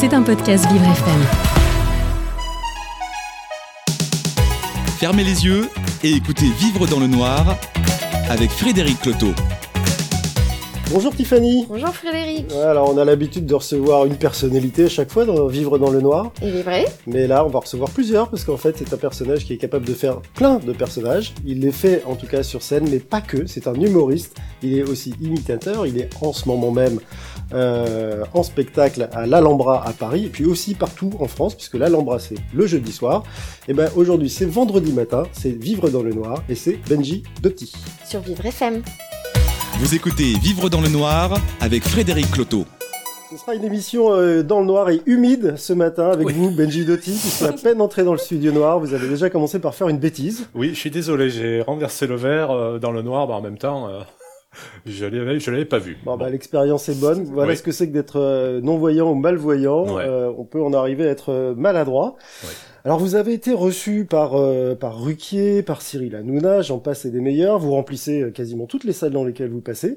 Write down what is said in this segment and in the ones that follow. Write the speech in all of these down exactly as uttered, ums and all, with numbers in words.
C'est un podcast Vivre F M. Fermez les yeux et écoutez Vivre dans le noir avec Frédéric Cloteau. Bonjour Tiffany. Bonjour Frédéric. Alors on a l'habitude de recevoir une personnalité à chaque fois dans Vivre dans le noir. Il est vrai. Mais là on va recevoir plusieurs parce qu'en fait c'est un personnage qui est capable de faire plein de personnages. Il les fait en tout cas sur scène, mais pas que. C'est un humoriste. Il est aussi imitateur. Il est en ce moment même euh, en spectacle à l'Alhambra à Paris et puis aussi partout en France puisque l'Alhambra c'est le jeudi soir. Et ben aujourd'hui c'est vendredi matin, c'est Vivre dans le noir et c'est Benji Doty. Sur Vivre F M. Vous écoutez Vivre dans le noir avec Frédéric Cloteau. Ce sera une émission euh, dans le noir et humide ce matin avec oui. vous, Benji Doty, puisque à peine entré dans le studio noir, vous avez déjà commencé par faire une bêtise. Oui, je suis désolé, j'ai renversé le verre euh, dans le noir, bah, en même temps, euh, je l'avais, je l'avais pas vu. Bon, bon. Bah, l'expérience est bonne. Voilà oui. ce que c'est que d'être euh, non-voyant ou malvoyant. Ouais. Euh, on peut en arriver à être euh, maladroit. Ouais. Alors vous avez été reçu par euh, par Ruquier, par Cyril Hanouna, j'en passe et des meilleurs. Vous remplissez quasiment toutes les salles dans lesquelles vous passez.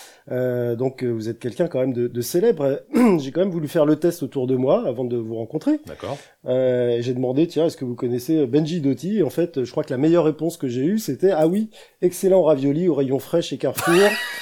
Euh, donc vous êtes quelqu'un quand même de, de célèbre. J'ai quand même voulu faire le test autour de moi avant de vous rencontrer. D'accord. Euh, j'ai demandé, tiens, est-ce que vous connaissez Benji Doty ? Et en fait, je crois que la meilleure réponse que j'ai eue, c'était ah oui, excellent ravioli au rayon frais chez Carrefour.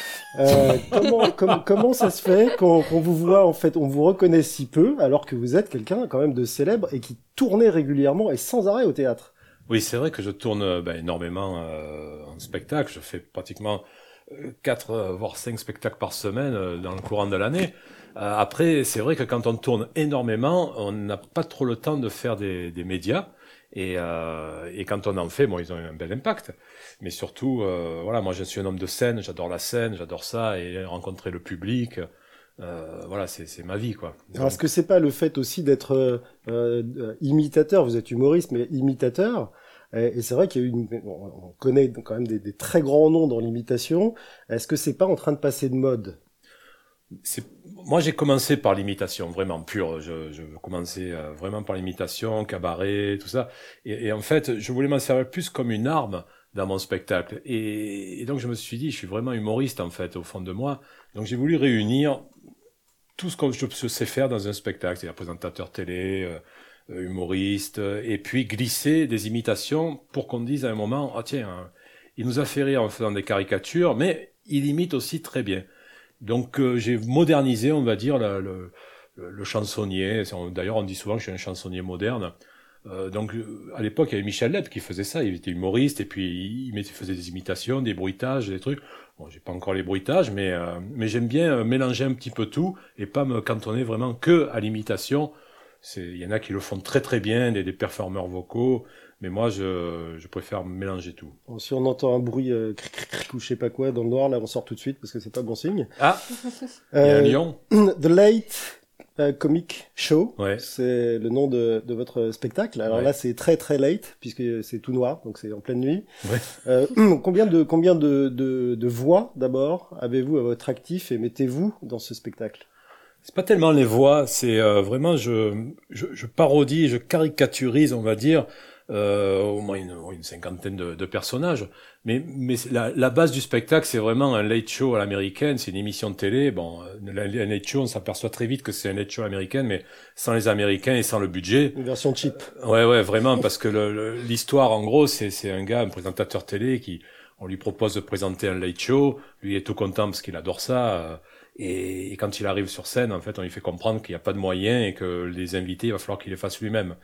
Euh, comment, com- comment ça se fait qu'on, qu'on vous voit, en fait, on vous reconnaît si peu, alors que vous êtes quelqu'un quand même de célèbre et qui tournait régulièrement et sans arrêt au théâtre? Oui, c'est vrai que je tourne ben, énormément euh, en spectacle. Je fais pratiquement quatre euh, voire cinq spectacles par semaine euh, dans le courant de l'année. Euh, après, c'est vrai que quand on tourne énormément, on n'a pas trop le temps de faire des, des médias. Et, euh, et quand on en fait, bon, ils ont un bel impact. Mais surtout, euh, voilà, moi je suis un homme de scène, j'adore la scène, j'adore ça, et rencontrer le public, euh, voilà, c'est, c'est ma vie, quoi. Donc... Alors, est-ce que c'est pas le fait aussi d'être euh, euh, imitateur, vous êtes humoriste, mais imitateur, et, et c'est vrai qu'il y a eu une, on connaît quand même des, des très grands noms dans l'imitation, est-ce que c'est pas en train de passer de mode? C'est... Moi, j'ai commencé par l'imitation, vraiment pure. Je, je commençais euh, vraiment par l'imitation, cabaret, tout ça. Et, et en fait, je voulais m'en servir plus comme une arme dans mon spectacle. Et, et donc, je me suis dit, je suis vraiment humoriste, en fait, au fond de moi. Donc, j'ai voulu réunir tout ce que je sais faire dans un spectacle, c'est-à-dire présentateur télé, euh, humoriste, et puis glisser des imitations pour qu'on dise à un moment, ah oh, tiens, hein, il nous a fait rire en faisant des caricatures, mais il imite aussi très bien. Donc euh, j'ai modernisé, on va dire, la, le, le, le chansonnier. D'ailleurs, on dit souvent que je suis un chansonnier moderne. Euh, donc à l'époque, il y avait Michel Leb qui faisait ça. Il était humoriste et puis il faisait des imitations, des bruitages, des trucs. Bon, j'ai pas encore les bruitages, mais euh, mais j'aime bien mélanger un petit peu tout et pas me cantonner vraiment que à l'imitation. C'est, il y en a qui le font très très bien, des, des performeurs vocaux. Mais moi, je, je préfère mélanger tout. Bon, si on entend un bruit euh, cric, cric, cric, ou je sais pas quoi dans le noir, là, on sort tout de suite parce que c'est pas bon signe. Ah, il euh, y a un lion. The Late uh, Comic Show, ouais. C'est le nom de, de votre spectacle. Alors ouais. Là, c'est très très late puisque c'est tout noir, donc c'est en pleine nuit. Ouais. Euh, combien de combien de, de, de voix d'abord avez-vous à votre actif et mettez-vous dans ce spectacle? C'est pas tellement les voix, c'est euh, vraiment je, je je parodie, je caricaturise, on va dire. Euh, au moins une, une cinquantaine de, de personnages, mais mais la, la base du spectacle c'est vraiment un late show à l'américaine, c'est une émission de télé. Bon, un late show on s'aperçoit très vite que c'est un late show américain, mais sans les Américains et sans le budget. Une version cheap. Euh, ouais ouais vraiment parce que le, le, l'histoire en gros c'est c'est un gars, un présentateur télé qui on lui propose de présenter un late show, lui est tout content parce qu'il adore ça. Euh, et, et quand il arrive sur scène, en fait, on lui fait comprendre qu'il n'y a pas de moyens et que les invités, il va falloir qu'il les fasse lui-même.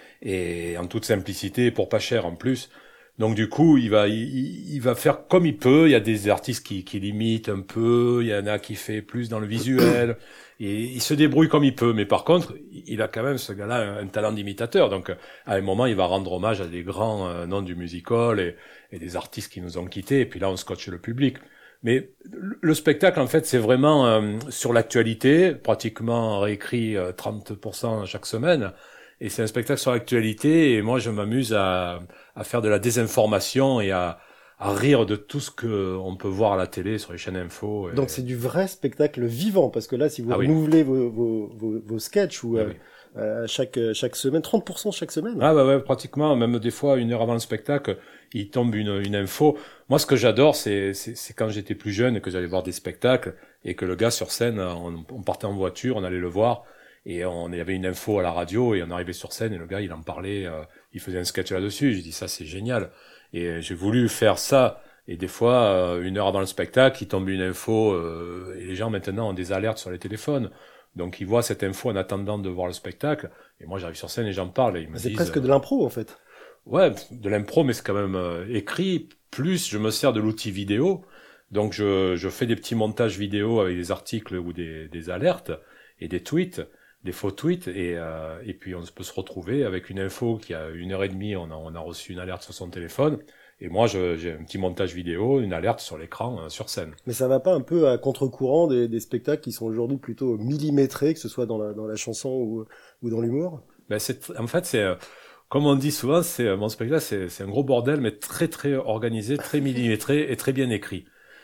Et en toute simplicité, pour pas cher en plus. Donc du coup, il va, il, il va faire comme il peut. Il y a des artistes qui, qui l'imitent un peu. Il y en a qui fait plus dans le visuel. Et il se débrouille comme il peut. Mais par contre, il a quand même, ce gars-là, un, un talent d'imitateur. Donc à un moment, il va rendre hommage à des grands euh, noms du music hall et, et des artistes qui nous ont quittés. Et puis là, on scotche le public. Mais le spectacle, en fait, c'est vraiment euh, sur l'actualité, pratiquement réécrit euh, trente pour cent chaque semaine. Et c'est un spectacle sur l'actualité, et moi je m'amuse à, à faire de la désinformation et à, à rire de tout ce que on peut voir à la télé, sur les chaînes info. Et... Donc c'est du vrai spectacle vivant, parce que là, si vous ah renouvelez oui. vos, vos, vos, vos sketchs ou ah euh, oui. euh, chaque chaque semaine, trente pour cent chaque semaine. Ah bah ouais, pratiquement, même des fois une heure avant le spectacle, il tombe une, une info. Moi, ce que j'adore, c'est, c'est, c'est quand j'étais plus jeune et que j'allais voir des spectacles et que le gars sur scène, on, on partait en voiture, on allait le voir. Et on il y avait une info à la radio et on arrivait sur scène et le gars il en parlait, euh, il faisait un sketch là-dessus. J'ai dit ça c'est génial. Et j'ai voulu faire ça. Et des fois, euh, une heure avant le spectacle, il tombe une info euh, et les gens maintenant ont des alertes sur les téléphones. Donc ils voient cette info en attendant de voir le spectacle. Et moi j'arrive sur scène et j'en parle et ils me C'est disent. presque de l'impro en fait. Ouais, de l'impro, mais c'est quand même euh, écrit. Plus, je me sers de l'outil vidéo. Donc, je, je fais des petits montages vidéo avec des articles ou des, des alertes et des tweets, des faux tweets. Et, euh, et puis, on peut se retrouver avec une info qui a une heure et demie, on a, on a reçu une alerte sur son téléphone. Et moi, je, j'ai un petit montage vidéo, une alerte sur l'écran, euh, sur scène. Mais ça va pas un peu à contre-courant des, des spectacles qui sont aujourd'hui plutôt millimétrés, que ce soit dans la, dans la chanson ou, ou dans l'humour? Ben, c'est, en fait, c'est... Euh, Comme on dit souvent, c'est mon spectacle, c'est, c'est un gros bordel, mais très très organisé, très millimétré et très bien écrit.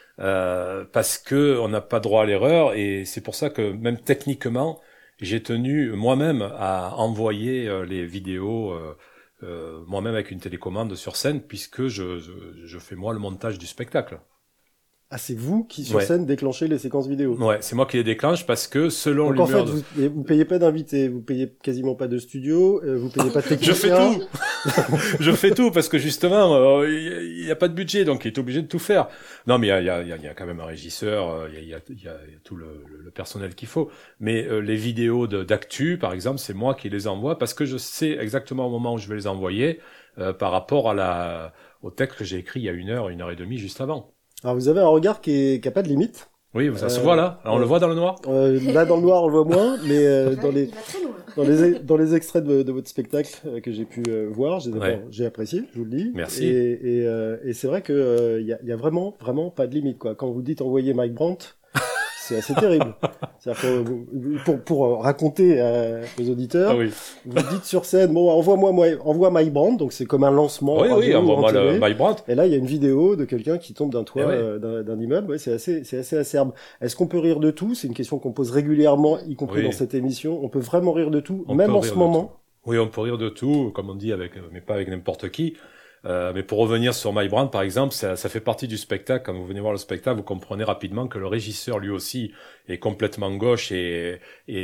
Euh, parce que on n'a pas droit à l'erreur et c'est pour ça que même techniquement, j'ai tenu moi-même à envoyer euh, les vidéos euh, euh, moi-même avec une télécommande sur scène, puisque je, je, je fais moi le montage du spectacle. Ah, c'est vous qui, sur Ouais. scène, déclenchez les séquences vidéo. Ouais, c'est moi qui les déclenche parce que selon Donc en l'humeur... fait, de... vous, vous payez pas d'invités, vous payez quasiment pas de studio, euh, vous payez pas de Je fais techniciens. tout. Je fais tout parce que justement, il euh, y, y a pas de budget, donc il est obligé de tout faire. Non, mais il y a, il y a, il y a, il y a quand même un régisseur, il y a, il y, a, il y a tout le, le, le personnel qu'il faut. Mais euh, les vidéos de, d'actu, par exemple, c'est moi qui les envoie parce que je sais exactement au moment où je vais les envoyer euh, par rapport à la, au texte que j'ai écrit il y a une heure, une heure et demie juste avant. Alors vous avez un regard qui est, qui a pas de limite. Oui, ça Euh, se voit là. On ouais. le voit dans le noir. Euh, là, dans le noir, on le voit moins, mais euh, dans les Il va très loin. dans les dans les extraits de, de votre spectacle euh, que j'ai pu euh, voir, j'ai Ouais. bon, j'ai apprécié, je vous le dis. Merci. Et et, euh, et c'est vrai que euh, il y a il y a vraiment vraiment pas de limite quoi. Quand vous dites envoyer Mike Brandt, c'est assez terrible. C'est-à-dire que vous- pour pour euh, raconter à aux auditeurs, Ah oui. vous dites sur scène, bon, envoie-moi moi envoie Mike Brandt, donc c'est comme un lancement. Oui, radio oui, ou envoie-moi en télé. le My Brandt. Et là, il y a une vidéo de quelqu'un qui tombe d'un toit, Eh ouais. euh, d'un, d'un immeuble. Ouais, c'est assez, c'est assez acerbe. Est-ce qu'on peut rire de tout? C'est une question qu'on pose régulièrement, y compris Oui. dans cette émission. On peut vraiment rire de tout, On même peut en rire ce de moment. Oui, on peut rire de tout, comme on dit, avec, mais pas avec n'importe qui. Euh, mais pour revenir sur My Brand, par exemple, ça, ça fait partie du spectacle. Quand vous venez voir le spectacle, vous comprenez rapidement que le régisseur, lui aussi, est complètement gauche et,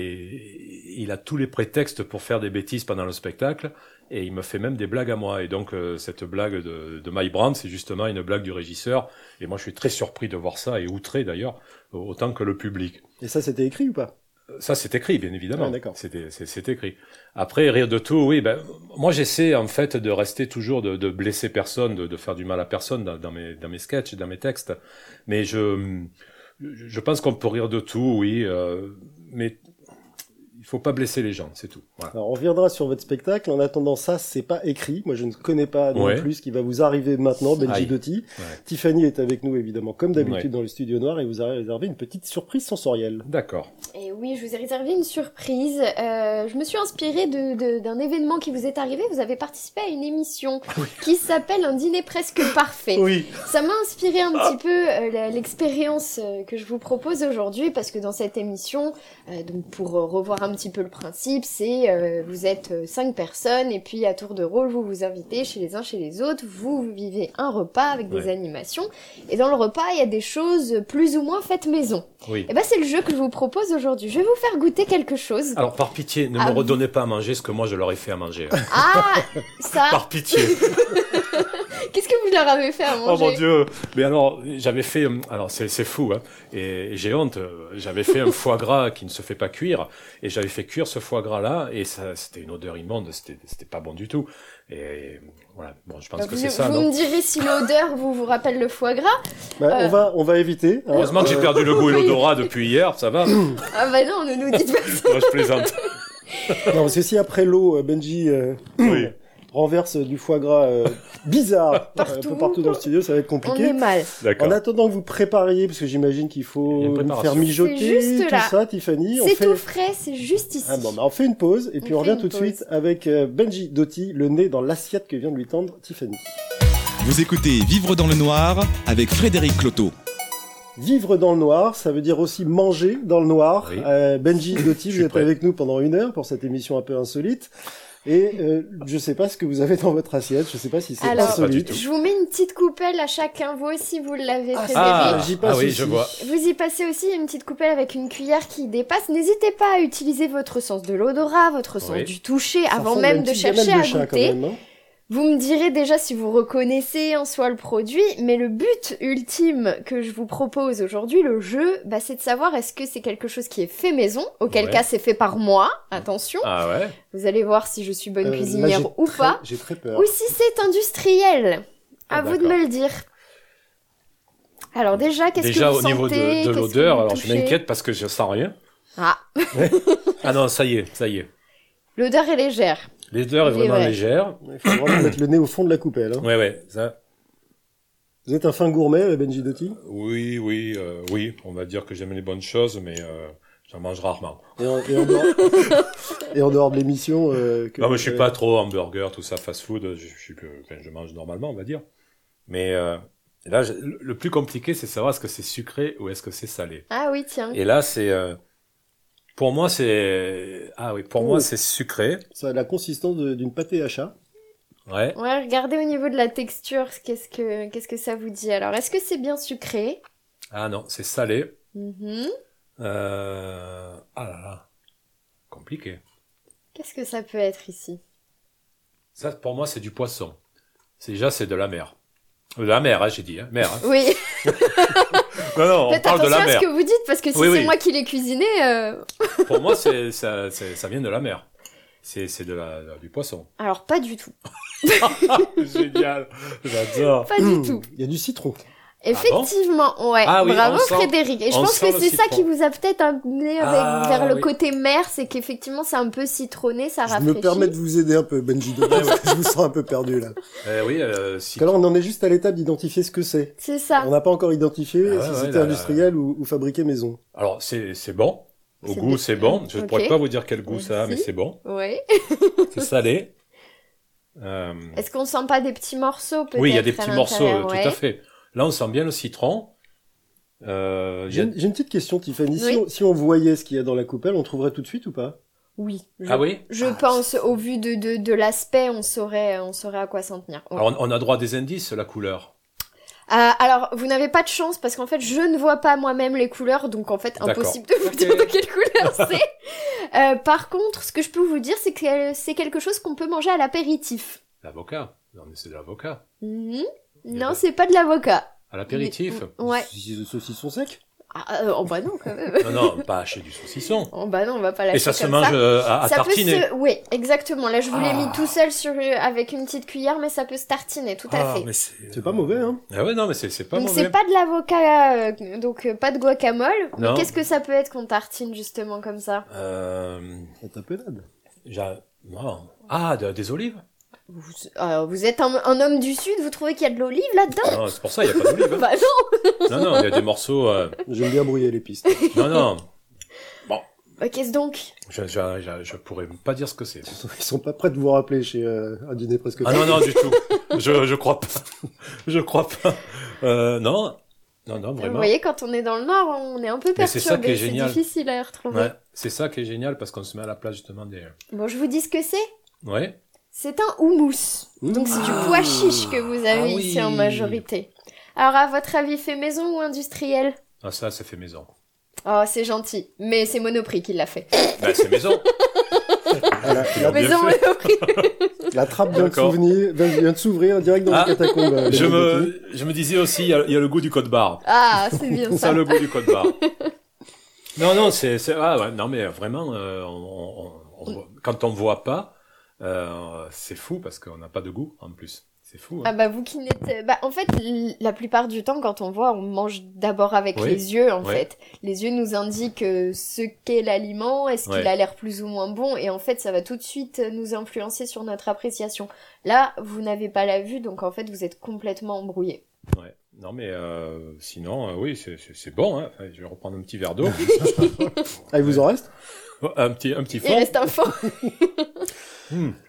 et il a tous les prétextes pour faire des bêtises pendant le spectacle. Et il me fait même des blagues à moi. Et donc, euh, cette blague de, de My Brand, c'est justement une blague du régisseur. Et moi, je suis très surpris de voir ça, et outré d'ailleurs, autant que le public. Et ça, c'était écrit ou pas? Ça, c'est écrit, bien évidemment. Ah, d'accord. C'était, c'est, c'est écrit. Après, rire de tout, oui, ben, moi, j'essaie, en fait, de rester toujours, de, de blesser personne, de, de faire du mal à personne dans, dans mes, dans mes sketchs, dans mes textes. Mais je, je pense qu'on peut rire de tout, oui, euh, mais il faut pas blesser les gens, c'est tout. Voilà. Alors, on reviendra sur votre spectacle. En attendant, ça, c'est pas écrit. Moi, je ne connais pas non Ouais. plus ce qui va vous arriver maintenant, Benji Aïe. Doty. Ouais. Tiffany est avec nous, évidemment, comme d'habitude Ouais. dans le studio noir, et vous avez réservé une petite surprise sensorielle. D'accord. Et oui, je vous ai réservé une surprise. Euh, je me suis inspirée de, de- d'un événement qui vous est arrivé. Vous avez participé à une émission qui s'appelle Un dîner presque parfait. Oui. Ça m'a inspiré un petit peu euh, la- l'expérience euh, que je vous propose aujourd'hui, parce que dans cette émission, euh, donc pour euh, revoir un petit peu le principe, c'est euh, vous êtes euh, cinq personnes et puis à tour de rôle vous vous invitez chez les uns chez les autres, vous, vous vivez un repas avec des Ouais. animations, et dans le repas il y a des choses plus ou moins faites maison. Oui. Et ben c'est le jeu que je vous propose aujourd'hui. Je vais vous faire goûter quelque chose. Alors, par pitié, ne Ah, me vous- redonnez pas à manger ce que moi je leur ai fait à manger. Ah, ça. Par pitié. Qu'est-ce que vous leur avez fait à Oh manger? mon Dieu. Mais alors, j'avais fait, euh, alors c'est, c'est fou, hein. Et, et j'ai honte. euh, J'avais fait un foie gras qui ne se fait pas cuire, et j'avais fait cuire ce foie gras là, et ça, c'était une odeur immonde. C'était, c'était pas bon du tout. Et voilà. Bon, je pense Bah, que vous c'est ça, vous non? me direz si l'odeur vous vous rappelle le foie gras. Bah, Euh. on va, on va éviter. hein. Heureusement que j'ai perdu le goût et l'odorat depuis hier, ça va. Moi, Ah bah non, ne nous dites pas ça. je plaisante. Non, parce que si après l'eau, euh, Benji euh, Oui. renverse du foie gras euh, bizarre euh, un Partout. peu partout dans le studio, ça va être On compliqué. est mal. D'accord. En attendant que vous prépariez, parce que j'imagine qu'il Il y a faut une vous préparation. faire mijoter C'est juste tout là. ça, Tiffany. On C'est fait... tout frais, c'est juste ici. Ah bon, bah on fait une pause et puis on, On fait revient une tout de pause. suite avec euh, Benji Doty, le nez dans l'assiette que vient de lui tendre Tiffany. Vous écoutez Vivre dans le noir avec Frédéric Cloteau. Vivre dans le noir, ça veut dire aussi manger dans le noir. Oui. Euh, Benji Doty, Je vous suis êtes prêt. avec nous pendant une heure pour cette émission un peu insolite. Et euh, je sais pas ce que vous avez dans votre assiette, je sais pas si c'est Alors, insolite. je vous mets une petite coupelle à chacun. Vous aussi, vous l'avez, Ah, Frédéric. Ah, j'y passe ah oui, aussi. je vois. Vous y passez aussi une petite coupelle avec une cuillère qui dépasse. N'hésitez pas à utiliser votre sens de l'odorat, votre sens Oui. du toucher, Ça avant ressemble à même une de petite chercher gamelle à de chat, quand goûter. même, hein. Vous me direz déjà si vous reconnaissez en soi le produit, mais le but ultime que je vous propose aujourd'hui, le jeu, bah, c'est de savoir est-ce que c'est quelque chose qui est fait maison, auquel Ouais. cas c'est fait par moi, attention. Ah ouais. Vous allez voir si je suis bonne Euh, là, cuisinière j'ai ou très- pas. J'ai très peur. Ou si c'est industriel. À Ah, vous de d'accord. me le dire. Alors déjà, qu'est-ce Déjà que vous au niveau sentez de, de Qu'est-ce que l'odeur, vous alors je touchez m'inquiète parce que je sens rien. Ah, Ah non, ça y est, ça y est. l'odeur est légère. L'odeur est C'est vraiment vrai. légère. Il faut vraiment mettre le nez au fond de la coupelle. Hein. Ouais, ouais, ça. Vous êtes un fin gourmet, euh, Benji Doty? Oui, oui, euh, oui. On va dire que j'aime les bonnes choses, mais euh, j'en mange rarement. Et en, et en dehors, et en dehors de l'émission... Euh, que Non, mais vous je suis avez- pas trop hamburger, tout ça, fast-food. Je, je suis que, enfin, je mange normalement, on va dire. Mais euh, là, je- le plus compliqué, c'est de savoir est-ce que c'est sucré ou est-ce que c'est salé. Ah oui, tiens. Et là, c'est euh, pour moi, c'est ah oui, pour Oh. moi, c'est sucré. Ça a la consistance de- d'une pâté à chat. Ouais. Ouais, regardez au niveau de la texture, qu'est-ce que qu'est-ce que ça vous dit alors? Est-ce que c'est bien sucré? Ah non, c'est salé. Mhm. Euh... Ah là là, compliqué. Qu'est-ce que ça peut être ici? Ça, pour moi, c'est du poisson. C'est déjà, c'est de la mer. De la mer, hein, j'ai dit, hein, mer. Hein. Oui, Non, non, on faites parle de attention la à mer. ce que vous dites parce que si Oui, c'est oui. moi qui l'ai cuisiné, euh, Pour moi, c'est ça, c'est- ça vient de la mer. C'est c'est de la du poisson. alors pas du tout, Génial, j'adore. pas du tout. Il y a du citron. Effectivement, ouais. Ah oui, Bravo on sent- Frédéric. Et je on pense sent que le c'est ça citron. qui vous a peut-être amené avec, Ah, vers le oui. côté mer, c'est qu'effectivement c'est un peu citronné, ça Je rafraîchit. me permets de vous aider un peu, Benji Doty, parce que je vous sens un peu perdu, là. Euh, oui, euh, si. Parce que là, on en est juste à l'étape d'identifier ce que c'est. C'est ça. On n'a pas encore identifié Ah ouais, si ouais, c'était là, là. industriel ou, ou fabriqué maison. Alors, c'est c'est bon. Au C'est goût, bien. c'est bon. Je ne Ok. pourrais pas vous dire quel goût ça a, mais Merci. c'est bon. Ouais. C'est salé. Euh, Est-ce qu'on sent pas des petits morceaux peut-être? oui, il y a des à petits morceaux, l'intérieur, tout ouais. à fait. Là, on sent bien le citron. Euh, il y J'ai a- une, j'ai une petite question, Tiffany. Si, Oui. on, si on voyait ce qu'il y a dans la coupelle, on trouverait tout de suite ou pas? Oui. Je, Ah oui je Ah, pense, au vu de, de, de l'aspect, on saurait, on saurait à quoi s'en tenir. Ouais. Alors, on, on a droit à des indices, la couleur. Euh, alors, vous n'avez pas de chance parce qu'en fait, je ne vois pas moi-même les couleurs, donc en fait, D'accord. impossible de vous Ok. dire de quelle couleur c'est. Euh, par contre, ce que je peux vous dire, c'est que c'est quelque chose qu'on peut manger à l'apéritif. L'avocat. Non, mais c'est de l'avocat. Mhm. y a Non, pas- c'est pas de l'avocat. À l'apéritif. Mais- Ouais. Si- Saucisson sec? Ah, euh, oh bah non, quand même. Non, non, pas hacher du saucisson. Oh bah non, on va pas lâcher Et ça se comme mange ça. euh, à, à Ça peut tartiner. se... Oui, exactement. Là, je vous l'ai Ah. mis tout seul sur avec une petite cuillère, mais ça peut se tartiner, tout à Ah, fait. mais c'est... C'est pas mauvais, hein? Ah ouais, non, mais c'est, c'est pas Donc mauvais. c'est pas de l'avocat, euh, donc euh, pas de guacamole. Mais Non. qu'est-ce que ça peut être qu'on tartine justement comme ça? Euh... La tapenade. j'a- non. Ah, de- des olives. vous, euh, vous êtes un, un homme du Sud, vous trouvez qu'il y a de l'olive là-dedans? Non, c'est pour ça, il n'y a pas d'olives. hein. Bah non. Non, non, il y a des morceaux... euh, J'aime bien brouiller les pistes. Non, non, Bah, qu'est-ce donc? je, je, je, je pourrais pas dire ce que c'est. Ils sont pas prêts de vous rappeler chez euh, un dîner presque. Ah non, non, du tout. Je, je crois pas. Je crois pas. Euh, non, non, non, Vous vraiment. voyez, quand on est dans le Nord, on est un peu Mais c'est ça qui est perturbé. C'est génial. difficile à retrouver. Ouais, c'est ça qui est génial parce qu'on se met à la place justement des... Bon, je vous dis ce que c'est. Ouais. C'est un houmous. Donc c'est du pois chiche que vous avez Ah oui. ici en majorité. Alors à votre avis, fait maison ou industriel? Ah, ça, ça fait maison. Oh, c'est gentil. Mais c'est Monoprix qui l'a fait. Ben, c'est maison. Ah, la, la- Bien Maison fait. Monoprix. la trappe vient de, D'accord. souvenir, vient vient de s'ouvrir direct dans Ah, les catacombes. euh, Je Benji Doty. me, je me disais aussi, il y a, il y a le goût du code barre. Ah, c'est bien Ça ça. a le goût du code barre. Non, non, c'est, c'est, ah ouais, non, mais vraiment, euh, on, on, on voit- quand on voit pas, euh, c'est fou parce qu'on n'a pas de goût en plus. C'est fou. Ah Hein. bah vous qui n'êtes... Bah en fait, l- la plupart du temps, quand on voit, on mange d'abord avec Oui. les yeux, en Ouais. fait. Les yeux nous indiquent euh, ce qu'est l'aliment, est-ce qu'il Ouais. a l'air plus ou moins bon, et en fait, ça va tout de suite nous influencer sur notre appréciation. Là, vous n'avez pas la vue, donc en fait, vous êtes complètement embrouillé. Ouais. Non, mais euh, sinon, euh, oui, c'est, c'est, c'est bon. Hein. Enfin, je vais reprendre un petit verre d'eau. Ah, il vous en reste? un petit, un petit Il fond. reste un fond. Hmm.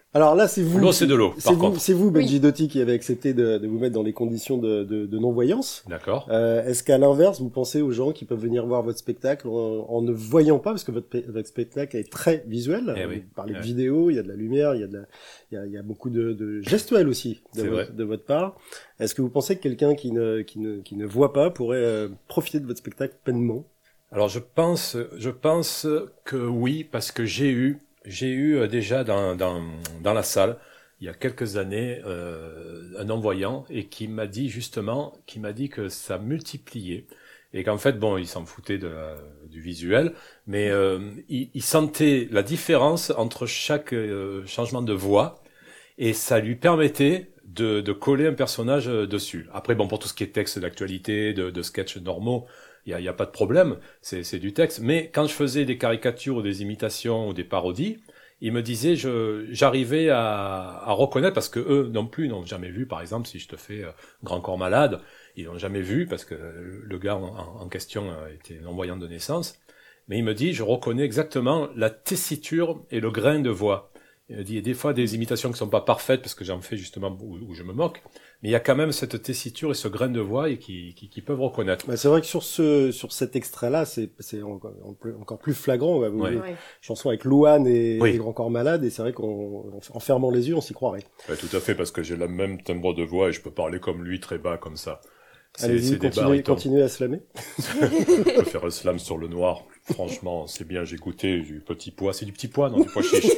Alors là, c'est vous. L'eau, c'est de l'eau, C'est par vous, contre. c'est vous, Benji Oui. Doty, qui avez accepté de, de vous mettre dans les conditions de, de, de non-voyance. D'accord. Euh, est-ce qu'à l'inverse, vous pensez aux gens qui peuvent venir voir votre spectacle en, en ne voyant pas, parce que votre, pe- votre spectacle est très visuel. Eh oui. Vous parlez Eh de oui. vidéo, il y a de la lumière, il y a de la, il y a, il y a beaucoup de, de gestuels aussi de C'est votre, vrai. de votre part. Est-ce que vous pensez que quelqu'un qui ne, qui ne, qui ne voit pas pourrait euh, profiter de votre spectacle pleinement? Alors je pense, je pense que oui, parce que j'ai eu, j'ai eu euh, déjà dans dans dans la salle il y a quelques années euh, un non-voyant et qui m'a dit justement, qui m'a dit que ça multipliait et qu'en fait bon, il s'en foutait de la- du visuel, mais euh, il, il sentait la différence entre chaque euh, changement de voix et ça lui permettait de, de coller un personnage euh, dessus. Après bon, pour tout ce qui est texte d'actualité, de, de sketchs normaux. Il y a, il y a pas de problème, c'est, c'est du texte. Mais quand je faisais des caricatures ou des imitations ou des parodies, ils me disaient, je, j'arrivais à, à reconnaître parce que eux non plus n'ont jamais vu. Par exemple, si je te fais euh, Grand Corps Malade, ils l'ont jamais vu parce que le gars en, en question euh, était non-voyant de naissance. Mais il me dit, je reconnais exactement la tessiture et le grain de voix. Il me dit, il y a des fois des imitations qui sont pas parfaites parce que j'en fais justement où, où je me moque. Mais il y a quand même cette tessiture et ce grain de voix et qui, qui, qui peuvent reconnaître. Bah, c'est vrai que sur ce, sur cet extrait-là, c'est, c'est encore, encore plus flagrant. Bah, vous Ouais. avez Ouais. une chanson avec Louane et, Oui. et Grand Corps Malade, et c'est vrai qu'en en fermant les yeux, on s'y croirait. Ouais, tout à fait, parce que j'ai le même timbre de voix et je peux parler comme lui, très bas, comme ça. C'est, Allez-y, c'est des continuez, barytons. continuez à slammer. Je peux faire le slam sur le noir. Franchement, c'est bien, j'ai goûté du petit pois. C'est du petit pois, non, du pois chiche.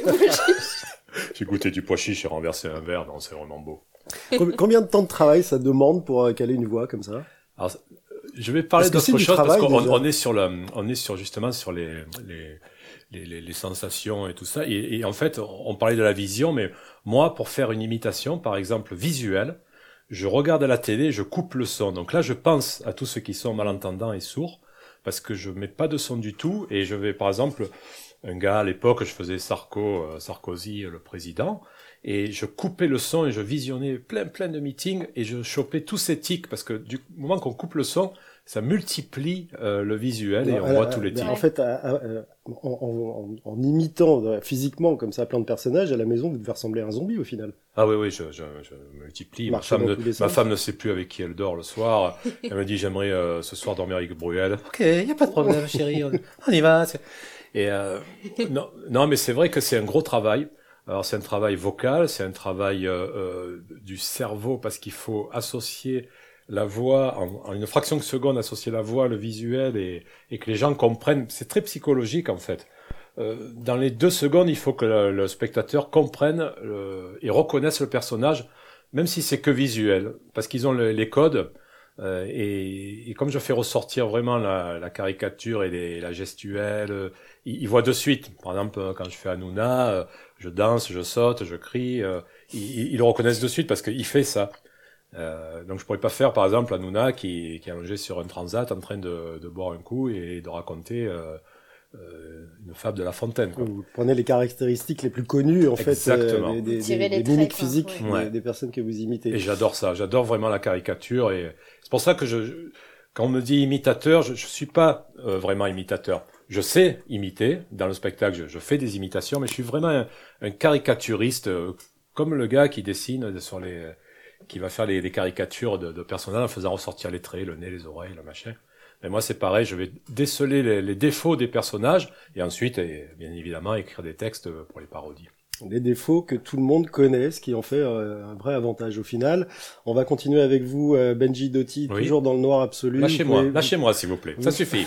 J'ai goûté du pois chiche et renversé un verre, non, c'est vraiment beau. Com- Combien de temps de travail ça demande pour euh, caler une voix comme ça? Alors, je vais parler Est-ce que c'est d'autre du chose parce travail, qu'on déjà on est sur le, on est sur justement sur les, les, les, les, les sensations et tout ça. Et, et en fait, on parlait de la vision, mais moi, pour faire une imitation, par exemple, visuelle, je regarde à la télé, je coupe le son. Donc là, je pense à tous ceux qui sont malentendants et sourds, parce que je mets pas de son du tout, et je vais, par exemple, un gars, à l'époque, je faisais Sarko, euh, Sarkozy, le président, et je coupais le son et je visionnais plein, plein de meetings, et je chopais tous ces tics, parce que du moment qu'on coupe le son, ça multiplie euh, le visuel, et Non, on euh, voit tous les euh, tics. En fait, à- à- euh, en, en- en- en imitant euh, physiquement comme ça plein de personnages, à la maison, vous devez ressembler à un zombie au final. Ah oui, oui, je, je, je multiplie. Ma Marcher femme, dans ne, tous les ma sens. femme ne sait plus avec qui elle dort le soir. Elle me dit, j'aimerais euh, ce soir dormir avec Bruel. Ok, y a pas de problème, chérie, on, on y va. c'est- Et euh, non, non, mais c'est vrai que c'est un gros travail. Alors c'est un travail vocal, c'est un travail euh, euh, du cerveau parce qu'il faut associer la voix en, en une fraction de seconde, associer la voix, le visuel et, et que les gens comprennent. C'est très psychologique en fait. Euh, dans les deux secondes, il faut que le, le spectateur comprenne euh, et reconnaisse le personnage, même si c'est que visuel, parce qu'ils ont le- les codes. Euh, et, et comme je fais ressortir vraiment la, la caricature et les, la gestuelle, euh, ils, ils voient de suite. Par exemple, euh, quand je fais Hanouna, euh, je danse, je saute, je crie, euh, ils, ils le reconnaissent de suite parce qu'il fait ça. Euh, donc je pourrais pas faire, par exemple, Hanouna qui, qui est allongé sur un transat en train de, de boire un coup et de raconter euh, euh, une fable de La Fontaine. Quoi. Vous prenez les caractéristiques les plus connues, en Exactement. fait, euh, des, des, Tirez des- les des mimiques traits, quoi, physiques ouais. des, des personnes que vous imitez. Et j'adore ça, j'adore vraiment la caricature et c'est pour ça que je, je- quand on me dit imitateur, je, je suis pas euh, vraiment imitateur. Je sais imiter dans le spectacle, je, je fais des imitations, mais je suis vraiment un, un caricaturiste, euh, comme le gars qui dessine sur les, qui va faire les, les caricatures de, de personnages en faisant ressortir les traits, le nez, les oreilles, le machin. Mais moi c'est pareil, je vais déceler les, les défauts des personnages et ensuite, et bien évidemment, écrire des textes pour les parodies. Des défauts que tout le monde connaît, ce qui en fait euh, un vrai avantage au final. On va continuer avec vous, euh, Benji Doty, Oui. toujours dans le noir absolu. Lâchez-moi, Vous pouvez- lâchez-moi s'il vous plaît, ça vous- suffit.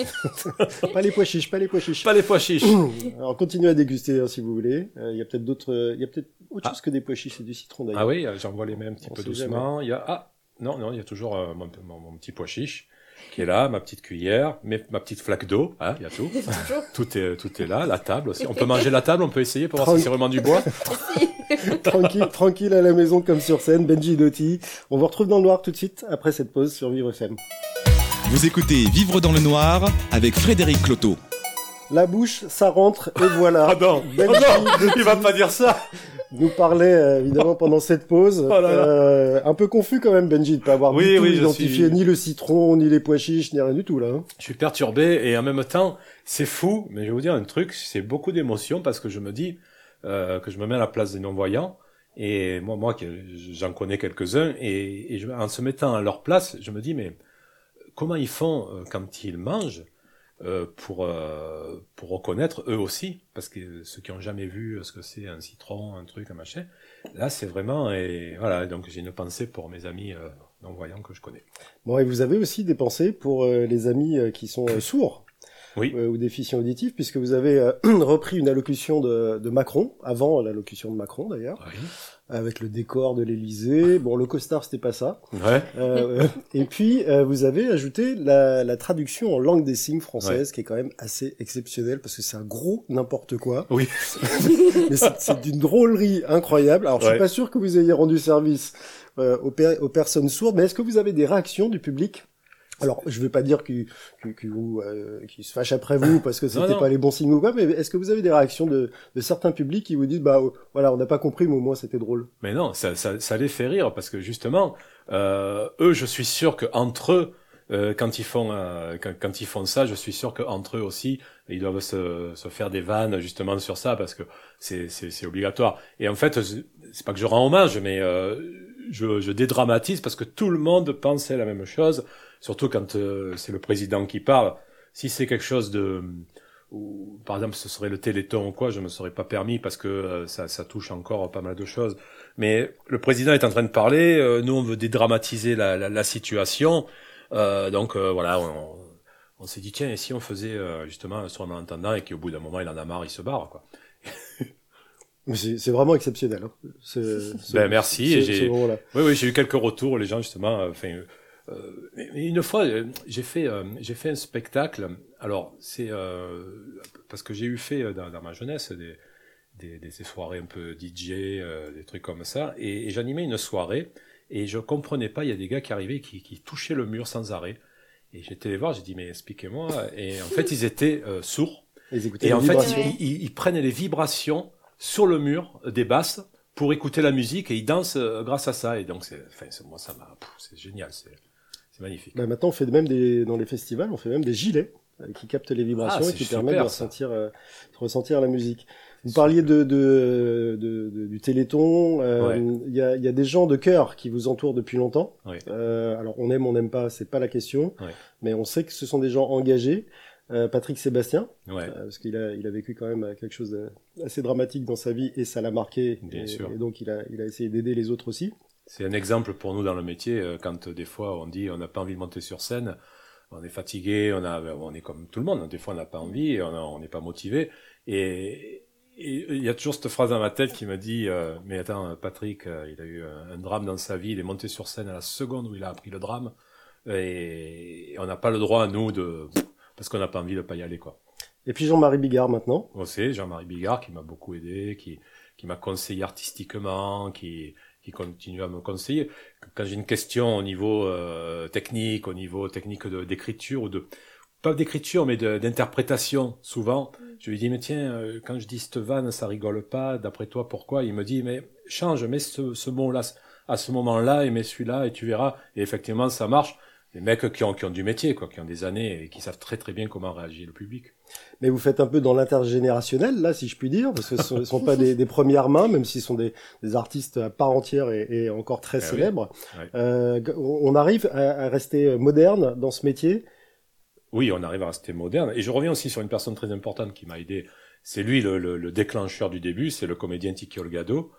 Pas les pois chiches, pas les pois chiches. Pas les pois chiches. Alors continuez à déguster hein, si vous voulez. Euh, Il y a peut-être d'autres, euh, il y a peut-être autre Ah. chose que des pois chiches et du citron d'ailleurs. Ah oui, j'envoie les mains un petit On peu sait doucement. Il y a ah non non, il y a toujours euh, mon, mon, mon petit pois chiche qui est là, ma petite cuillère, mes, ma petite flaque d'eau, hein, il y a tout. Toujours. tout est tout est là, la table aussi. On peut manger la table, on peut essayer pour voir Tranquille. si c'est vraiment du bois. tranquille, tranquille à la maison comme sur scène. Benji Doty. On vous retrouve dans le noir tout de suite après cette pause sur Vivre F M. Vous écoutez Vivre dans le noir avec Frédéric Cloteau. La bouche, ça rentre et voilà. Ah non, Benji oh non, Doty il va pas dire ça. nous parlait euh, évidemment pendant cette pause. Oh là là. Euh, un peu confus quand même Benji de pas avoir Oui, du tout oui, je identifié suis- ni le citron, ni les pois chiches, ni rien du tout là. hein. Je suis perturbé et en même temps, c'est fou, mais je vais vous dire un truc, c'est beaucoup d'émotions parce que je me dis euh, que je me mets à la place des non-voyants. Et moi, moi, j'en connais quelques-uns, et, et je, en se mettant à leur place, je me dis, mais comment ils font euh, quand ils mangent euh, pour euh, pour reconnaître eux aussi, parce que ceux qui ont jamais vu ce que c'est un citron, un truc, un machin, là, c'est vraiment, et voilà, donc j'ai une pensée pour mes amis euh, non-voyants que je connais. Bon, et vous avez aussi des pensées pour euh, les amis euh, qui sont euh, sourds. Oui. Euh, ou déficients auditifs, puisque vous avez euh, repris une allocution de, de Macron, avant l'allocution de Macron d'ailleurs, Oui. avec le décor de l'Élysée. Bon, le costard, c'était pas ça. Ouais. Euh, et puis, euh, vous avez ajouté la, la traduction en langue des signes française, ouais. qui est quand même assez exceptionnelle, parce que c'est un gros n'importe quoi. Oui. Mais c'est d'une drôlerie incroyable. Alors, je suis ouais. pas sûr que vous ayez rendu service euh, aux, per aux personnes sourdes, mais est-ce que vous avez des réactions du public ? Alors, je ne veux pas dire qu'ils qu qu euh, qu se fâchent après vous parce que c'était pas les bons signes ou quoi, mais est-ce que vous avez des réactions de, de certains publics qui vous disent, bah voilà, on n'a pas compris, mais au moins c'était drôle. Mais non, ça, ça, ça les fait rire parce que justement, euh, eux, je suis sûr que entre eux, euh, quand ils font, euh, quand, quand ils font ça, je suis sûr que entre eux aussi, ils doivent se, se faire des vannes justement sur ça parce que c'est, c'est, c'est obligatoire. Et en fait, c'est pas que je rends hommage, mais euh, je, je dédramatise parce que tout le monde pensait la même chose. Surtout quand euh, c'est le président qui parle. Si c'est quelque chose de, ou par exemple ce serait le Téléthon ou quoi, je me serais pas permis parce que euh, ça, ça touche encore pas mal de choses. Mais le président est en train de parler. Euh, nous on veut dédramatiser la, la, la situation. Euh, donc euh, voilà, on, on s'est dit tiens et si on faisait euh, justement sur un malentendant et qu'au bout d'un moment il en a marre, il se barre quoi. C'est vraiment exceptionnel. Hein. Ce, ce, ben merci. Ce, j'ai, ce moment-là. Oui oui, j'ai eu quelques retours. Les gens justement, enfin. Euh, Euh, mais une fois, j'ai fait, euh, j'ai fait un spectacle. Alors, c'est euh, parce que j'ai eu fait dans, dans ma jeunesse des, des, des soirées un peu D J, euh, des trucs comme ça, et, et j'animais une soirée et je comprenais pas. Il y a des gars qui arrivaient qui, qui touchaient le mur sans arrêt. Et j'étais les voir, j'ai dit mais expliquez-moi. Et en fait, ils étaient euh, sourds. Ils et en fait, ils, ils, ils prennent les vibrations sur le mur des basses pour écouter la musique et ils dansent grâce à ça. Et donc, c'est, enfin, moi, ça m'a, c'est génial. C'est magnifique. Bah maintenant, on fait même des, dans les festivals, on fait même des gilets euh, qui captent les vibrations ah, et qui super, permettent de ressentir, euh, de ressentir la musique. Vous parliez de, de, de, de, du Téléthon. Euh, ouais. Il y a, il y a des gens de cœur qui vous entourent depuis longtemps. Ouais. Euh, alors, on aime, on n'aime pas, c'est pas la question. Ouais. Mais on sait que ce sont des gens engagés. Euh, Patrick Sébastien, ouais. euh, parce qu'il a, il a vécu quand même quelque chose d'assez dramatique dans sa vie et ça l'a marqué. Bien et, sûr. Et donc, il a, il a essayé d'aider les autres aussi. C'est un exemple pour nous dans le métier, quand des fois on dit on n'a pas envie de monter sur scène, on est fatigué, on a, on est comme tout le monde, des fois on n'a pas envie, on n'est pas motivé, et il y a toujours cette phrase dans ma tête qui me dit euh, mais attends Patrick, euh, il a eu un, un drame dans sa vie, il est monté sur scène à la seconde où il a appris le drame, et, et on n'a pas le droit nous de, parce qu'on n'a pas envie de pas y aller quoi. Et puis Jean-Marie Bigard maintenant. On sait Jean-Marie Bigard qui m'a beaucoup aidé, qui qui m'a conseillé artistiquement, qui qui continue à me conseiller. Quand j'ai une question au niveau euh, technique, au niveau technique d'écriture, ou de, pas d'écriture, mais d'interprétation, souvent, mm. je lui dis, mais tiens, euh, quand je dis cette vanne, ça rigole pas, d'après toi, pourquoi? Il me dit, mais change, mets ce, ce mot-là, à ce moment-là, et mets celui-là, et tu verras. Et effectivement, ça marche. Les mecs qui ont, qui ont du métier, quoi, qui ont des années, et qui savent très très bien comment réagir le public. Mais vous faites un peu dans l'intergénérationnel, là, si je puis dire, parce que ce ne sont pas des, des premières mains, même s'ils sont des, des artistes à part entière et, et encore très ah célèbres. Oui. Oui. Euh, on arrive à, à rester moderne dans ce métier. Oui, on arrive à rester moderne. Et je reviens aussi sur une personne très importante qui m'a aidé. C'est lui le, le, le déclencheur du début, c'est le comédien Tiki Olgado,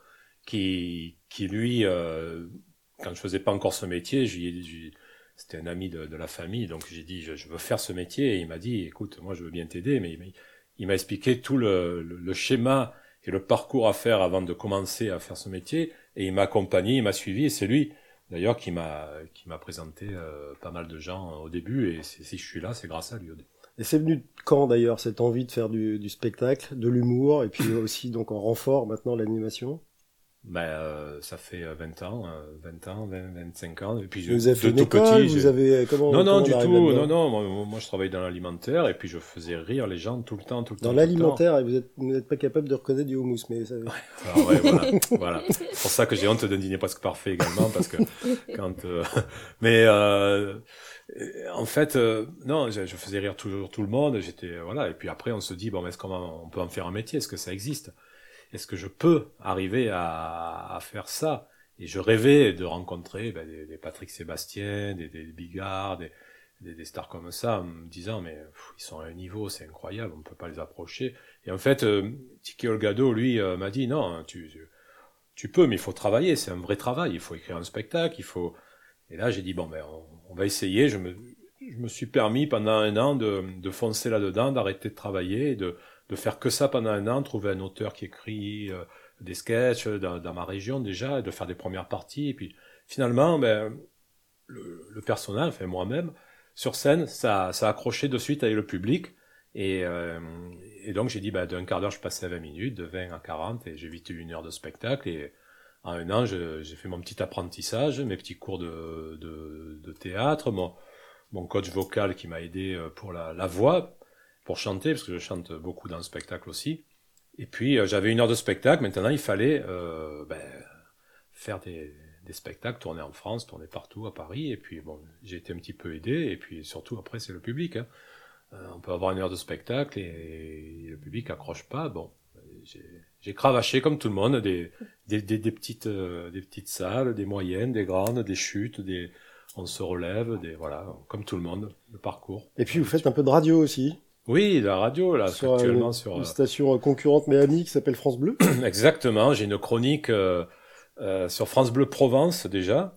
qui, qui lui, euh, quand je faisais pas encore ce métier, je lui ai dit, c'était un ami de, de la famille, donc j'ai dit je, je veux faire ce métier, et il m'a dit écoute moi je veux bien t'aider, mais il, il m'a expliqué tout le, le, le schéma et le parcours à faire avant de commencer à faire ce métier, et il m'a accompagné, il m'a suivi, et c'est lui d'ailleurs qui m'a qui m'a présenté euh, pas mal de gens au début, et si je suis là c'est grâce à lui. Et c'est venu quand d'ailleurs cette envie de faire du, du spectacle, de l'humour, et puis aussi donc en renfort maintenant l'animation? Ben, euh, ça fait vingt ans, euh, vingt ans, vingt, vingt-cinq ans, et puis je, vous avez fait de tout école, petit. Vous avez, comment, non, non, comment du tout, non, non, moi, moi je travaille dans l'alimentaire, et puis je faisais rire les gens tout le temps, tout le dans temps. Dans l'alimentaire, et vous êtes, vous n'êtes pas capable de reconnaître du houmous, mais ça... Alors, ouais, voilà, voilà. C'est pour ça que j'ai honte d'un dîner presque parfait également, parce que quand, euh... mais, euh, en fait, euh, non, je, je faisais rire toujours tout le monde, j'étais, voilà, et puis après on se dit, bon, est-ce qu'on on peut en faire un métier, est-ce que ça existe? est-ce que je peux arriver à, à faire ça? Et je rêvais de rencontrer ben, des, des Patrick Sébastien, des, des Bigard, des, des, des stars comme ça, en me disant, mais pff, ils sont à un niveau, c'est incroyable, on ne peut pas les approcher. Et en fait, euh, Tiki Olgado, lui, euh, m'a dit, non, tu, tu, tu peux, mais il faut travailler, c'est un vrai travail, il faut écrire un spectacle, il faut... Et là, j'ai dit, bon, ben, on, on va essayer. Je me, je me suis permis pendant un an de, de foncer là-dedans, d'arrêter de travailler, de, de faire que ça pendant un an, trouver un auteur qui écrit... Euh, des sketchs dans, dans ma région déjà, de faire des premières parties, et puis finalement, ben, le, le personnage, enfin moi-même, sur scène, ça, ça a accroché de suite avec le public, et, euh, et donc j'ai dit, ben, d'un quart d'heure, je passais à vingt minutes, de vingt à quarante, et j'ai vite eu une heure de spectacle, et en un an, je, j'ai fait mon petit apprentissage, mes petits cours de, de, de théâtre, mon, mon coach vocal qui m'a aidé pour la, la voix, pour chanter, parce que je chante beaucoup dans le spectacle aussi. Et puis, euh, j'avais une heure de spectacle. Maintenant, il fallait euh, ben, faire des, des spectacles, tourner en France, tourner partout, à Paris. Et puis, bon, j'ai été un petit peu aidé. Et puis, surtout, après, c'est le public. Hein. Euh, on peut avoir une heure de spectacle et, et le public accroche pas. Bon, j'ai, j'ai cravaché, comme tout le monde, des, des, des, des, petites, euh, des petites salles, des moyennes, des grandes, des chutes, des, on se relève, des, voilà, comme tout le monde, le parcours. Et puis, vous faites un peu de radio aussi. Oui, la radio, là, sur actuellement une, sur... une station concurrente mais amie qui s'appelle France Bleu. Exactement, j'ai une chronique euh, euh, sur France Bleu Provence, déjà.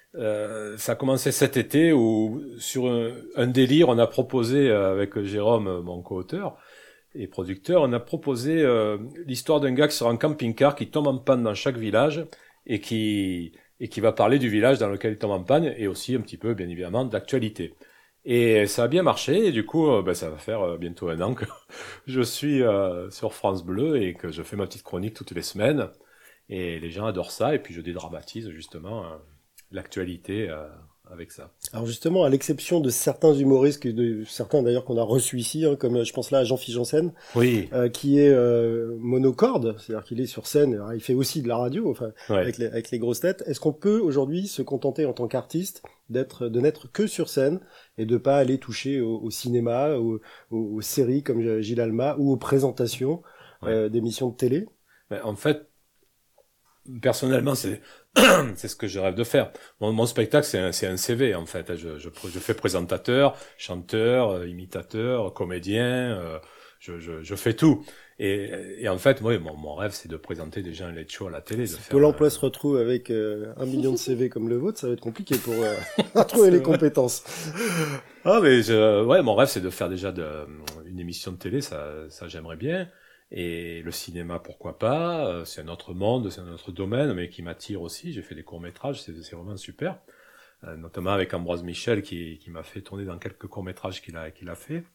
Euh, ça a commencé cet été où, sur un, un délire, on a proposé, euh, avec Jérôme, mon co-auteur et producteur, on a proposé euh, l'histoire d'un gars qui sera en camping-car, qui tombe en panne dans chaque village, et qui, et qui va parler du village dans lequel il tombe en panne, et aussi un petit peu, bien évidemment, d'actualité. Et ça a bien marché, et du coup, euh, ben, ça va faire euh, bientôt un an que je suis euh, sur France Bleu et que je fais ma petite chronique toutes les semaines. Et les gens adorent ça, et puis je dédramatise justement euh, l'actualité euh, avec ça. Alors justement, à l'exception de certains humoristes, que de, certains d'ailleurs qu'on a reçus ici, hein, comme je pense là à Jean-Philippe Janssen, oui. euh, qui est euh, monocorde, c'est-à-dire qu'il est sur scène, alors il fait aussi de la radio, enfin Ouais. avec, les, avec les grosses têtes. Est-ce qu'on peut aujourd'hui se contenter en tant qu'artiste d'être, de n'être que sur scène et de pas aller toucher au, au cinéma, au, aux, aux séries comme Gilles Alma ou aux présentations Ouais. euh, d'émissions de télé? Ben, en fait, personnellement, c'est c'est ce que je rêve de faire. Mon, mon spectacle, c'est un, c'est un C V en fait. Je, je, je fais présentateur, chanteur, euh, imitateur, comédien. Euh, je, je, je fais tout. Et, et en fait, moi, mon, mon rêve, c'est de présenter déjà un late show à la télé. De Si faire Pôle emploi un... se retrouve avec euh, un million de C V comme le vôtre, ça va être compliqué pour euh, trouver les compétences. Ah, mais je, ouais, mon rêve, c'est de faire déjà de, une émission de télé. Ça, ça, j'aimerais bien. Et le cinéma, pourquoi pas, c'est un autre monde, c'est un autre domaine, mais qui m'attire aussi. J'ai fait des courts-métrages, c'est, c'est vraiment super. Euh, notamment avec Ambroise Michel, qui, qui m'a fait tourner dans quelques courts-métrages qu'il a, qu'il a fait.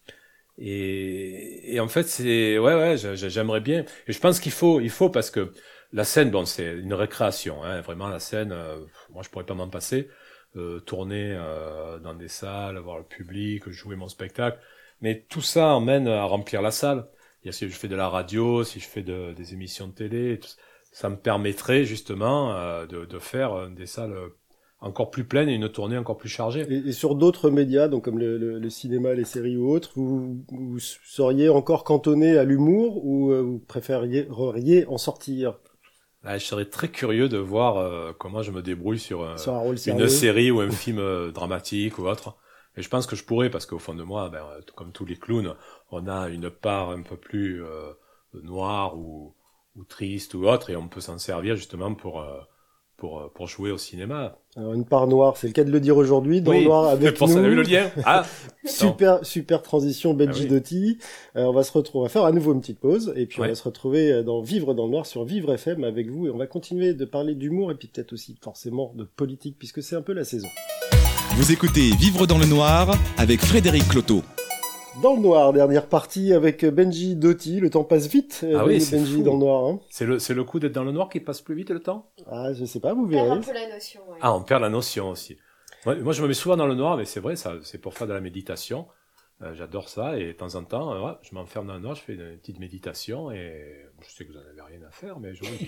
Et, et en fait, c'est, ouais, ouais, j'aimerais bien. Et je pense qu'il faut, il faut parce que la scène, bon, c'est une récréation, hein, vraiment la scène, euh, moi je pourrais pas m'en passer, euh, tourner euh, dans des salles, voir le public, jouer mon spectacle. Mais tout ça emmène à remplir la salle. Et si je fais de la radio, si je fais de, des émissions de télé, tout, ça me permettrait justement euh, de, de faire des salles encore plus pleines et une tournée encore plus chargée. Et, et sur d'autres médias, donc comme le, le, le cinéma, les séries ou autres, vous, vous seriez encore cantonné à l'humour ou euh, vous préféreriez en sortir? Là, je serais très curieux de voir euh, comment je me débrouille sur, euh, sur un rôle sérieux, une série ou un film euh, dramatique ou autre. Et je pense que je pourrais, parce qu'au fond de moi, ben, comme tous les clowns, on a une part un peu plus euh, noire ou, ou triste ou autre, et on peut s'en servir justement pour, euh, pour, pour jouer au cinéma. Alors une part noire, c'est le cas de le dire aujourd'hui, dans oui, le noir avec pour nous. Ça, vous avez vu le lien ah, super, super transition, Benji ah, oui. Doty. Euh, on va se retrouver, on va faire à nouveau une petite pause, et puis ouais. on va se retrouver dans Vivre dans le Noir sur Vivre F M avec vous, et on va continuer de parler d'humour, et puis peut-être aussi forcément de politique, puisque c'est un peu la saison. Vous écoutez Vivre dans le Noir avec Frédéric Cloteau. Dans le Noir, dernière partie avec Benji Doty. Le temps passe vite, ah ben, oui, c'est Benji fou. dans le Noir. Hein. C'est le, c'est le coup d'être dans le noir qui passe plus vite le temps? Ah, je sais pas, vous On perd verrez. un peu la notion, ouais. Ah, on perd la notion aussi. Moi, moi, je me mets souvent dans le noir, mais c'est vrai, ça, c'est pour faire de la méditation. Euh, j'adore ça, et de temps en temps, euh, ouais, je m'enferme dans le noir, je fais une petite méditation, et je sais que vous en avez rien à faire, mais je vous le dis.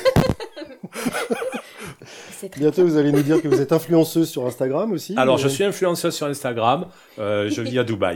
Bientôt, vous allez nous dire que vous êtes influenceuse sur Instagram aussi. Alors, mais... je suis influenceuse sur Instagram. Euh, je vis à Dubaï.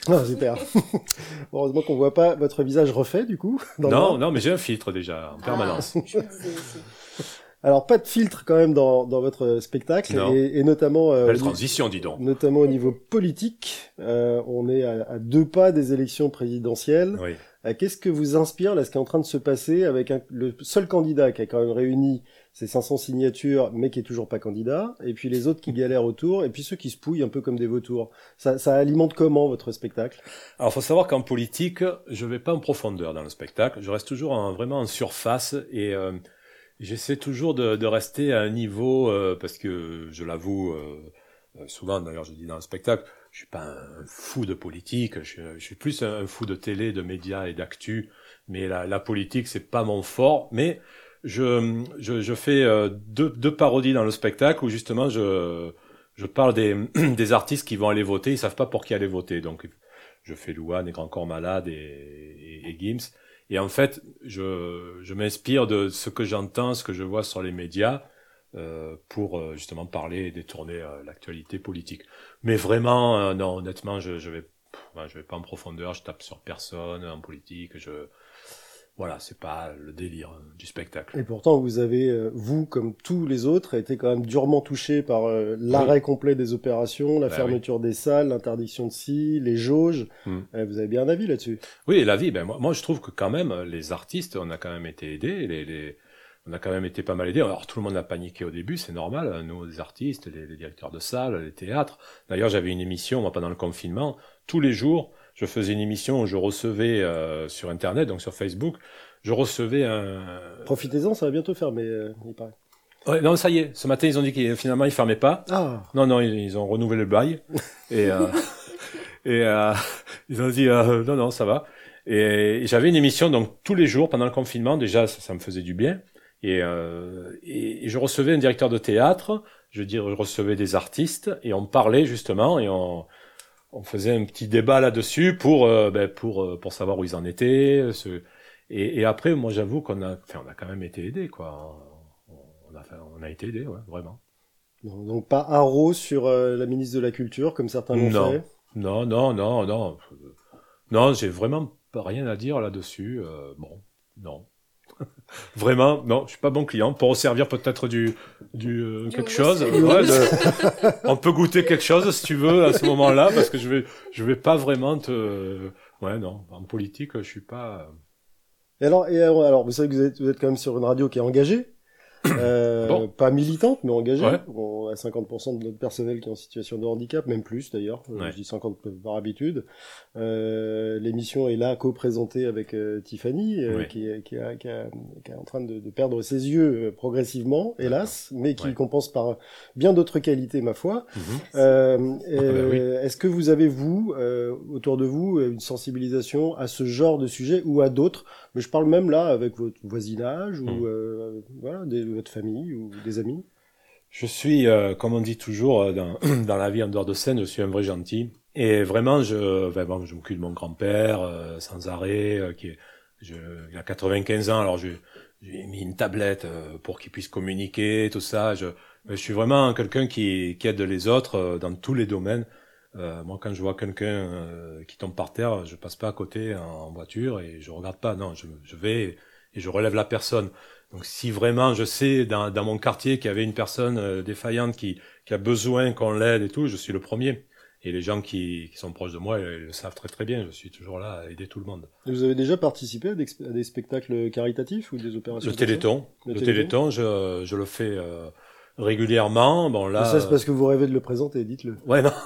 Ah, super. Heureusement qu'on voit pas votre visage refait, du coup. Dans non, le... non, mais j'ai un filtre déjà, en permanence. Ah, je me disais aussi. Alors, pas de filtre quand même dans, dans votre spectacle, et, et notamment... Euh, Belle transition, dis donc. Notamment au niveau politique. Euh, on est à, à deux pas des élections présidentielles. Oui. Euh, qu'est-ce que vous inspire, là, ce qui est en train de se passer avec un, le seul candidat qui a quand même réuni ses cinq cents signatures, mais qui est toujours pas candidat, et puis les autres qui galèrent autour, et puis ceux qui se pouillent un peu comme des vautours. Ça, ça alimente comment votre spectacle? Alors, faut savoir qu'en politique, je vais pas en profondeur dans le spectacle. Je reste toujours en, vraiment en surface, et... Euh, j'essaie toujours de, de rester à un niveau, euh, parce que je l'avoue, euh, souvent d'ailleurs je dis dans le spectacle, je suis pas un fou de politique, je, je suis plus un, un fou de télé, de médias et d'actu, mais la, la politique c'est pas mon fort, mais je, je, je fais euh, deux, deux parodies dans le spectacle où justement je, je parle des, des artistes qui vont aller voter, ils savent pas pour qui aller voter, donc je fais Louane et Grand Corps Malade et, et, et Gims. Et en fait, je, je m'inspire de ce que j'entends, ce que je vois sur les médias, euh, pour euh, justement parler et détourner euh, l'actualité politique. Mais vraiment, euh, non, honnêtement, je, je vais, pff, je vais pas en profondeur. Je tape sur personne en politique. Je, voilà, c'est pas le délire euh, du spectacle. Et pourtant, vous avez, euh, vous, comme tous les autres, été quand même durement touché par euh, l'arrêt oui. complet des opérations, la bah fermeture oui. des salles, l'interdiction de scie, les jauges. Mm. Euh, vous avez bien un avis là-dessus? Oui, l'avis, ben moi, moi, je trouve que quand même, les artistes, on a quand même été aidés, les, les, on a quand même été pas mal aidés. Alors, tout le monde a paniqué au début, c'est normal. Nous, les artistes, les, les directeurs de salles, les théâtres. D'ailleurs, j'avais une émission, moi, pendant le confinement, tous les jours, je faisais une émission où je recevais euh, sur Internet, donc sur Facebook, je recevais un... Profitez-en, ça va bientôt fermer, euh, il paraît. Ouais, non, ça y est. Ce matin, ils ont dit qu'ils finalement ils fermaient pas. Ah. Non, non, ils, ils ont renouvelé le bail et euh, et euh, ils ont dit euh, non, non, ça va. Et, et j'avais une émission donc tous les jours pendant le confinement. Déjà, ça, ça me faisait du bien. Et, euh, et, et je recevais un directeur de théâtre. Je veux dire, je recevais des artistes et on parlait justement et on on faisait un petit débat là-dessus pour euh, ben, pour pour savoir où ils en étaient. Ce, Et, et après, moi, j'avoue qu'on a, enfin, on a quand même été aidés, quoi. On a, on a été aidés, ouais, vraiment. Donc pas haro sur euh, la ministre de la Culture, comme certains l'ont non. fait. Non, non, non, non, non. J'ai vraiment pas rien à dire là-dessus. Euh, bon, non. Vraiment, non, je suis pas bon client. Pour servir peut-être du, du, euh, du quelque chose. Ouais, de, on peut goûter quelque chose si tu veux à ce moment-là, parce que je vais, je vais pas vraiment te. Ouais, non. En politique, je suis pas. Et alors, et alors, alors, vous savez que vous êtes, vous êtes quand même sur une radio qui est engagée, euh, bon. pas militante, mais engagée. Ouais. On a cinquante pour cent de notre personnel qui est en situation de handicap, même plus d'ailleurs. Ouais. Je dis cinquante par habitude. Euh, l'émission est là co-présentée avec euh, Tiffany, euh, ouais. qui, qui, a, qui, a, qui est en train de, de perdre ses yeux euh, progressivement, hélas, mais qui ouais. compense par bien d'autres qualités, ma foi. Mm-hmm. Euh, ah, bah oui. Est-ce que vous avez, vous, euh, autour de vous, une sensibilisation à ce genre de sujet ou à d'autres? Mais je parle même là avec votre voisinage ou mm. euh, voilà, des, votre famille ou des amis. Je suis, euh, comme on dit toujours, dans, dans la vie en dehors de scène, je suis un vrai gentil. Et vraiment, je, ben bon, je m'occupe de mon grand-père euh, sans arrêt, euh, qui est, je, il a quatre-vingt-quinze ans. Alors, je, j'ai mis une tablette euh, pour qu'il puisse communiquer, tout ça. Je, je suis vraiment quelqu'un qui, qui aide les autres euh, dans tous les domaines. Euh, moi, quand je vois quelqu'un euh, qui tombe par terre, je passe pas à côté en, en voiture et je regarde pas. Non, je, je vais et je relève la personne. Donc, si vraiment je sais dans, dans mon quartier qu'il y avait une personne euh, défaillante qui, qui a besoin qu'on l'aide et tout, je suis le premier. Et les gens qui, qui sont proches de moi, ils le savent très très bien. Je suis toujours là à aider tout le monde. Et vous avez déjà participé à des, à des spectacles caritatifs ou des opérations? Le Téléthon. Le, le Téléthon, je, je le fais euh, régulièrement. Bon là. Mais ça c'est parce que vous rêvez de le présenter, dites-le. Ouais non.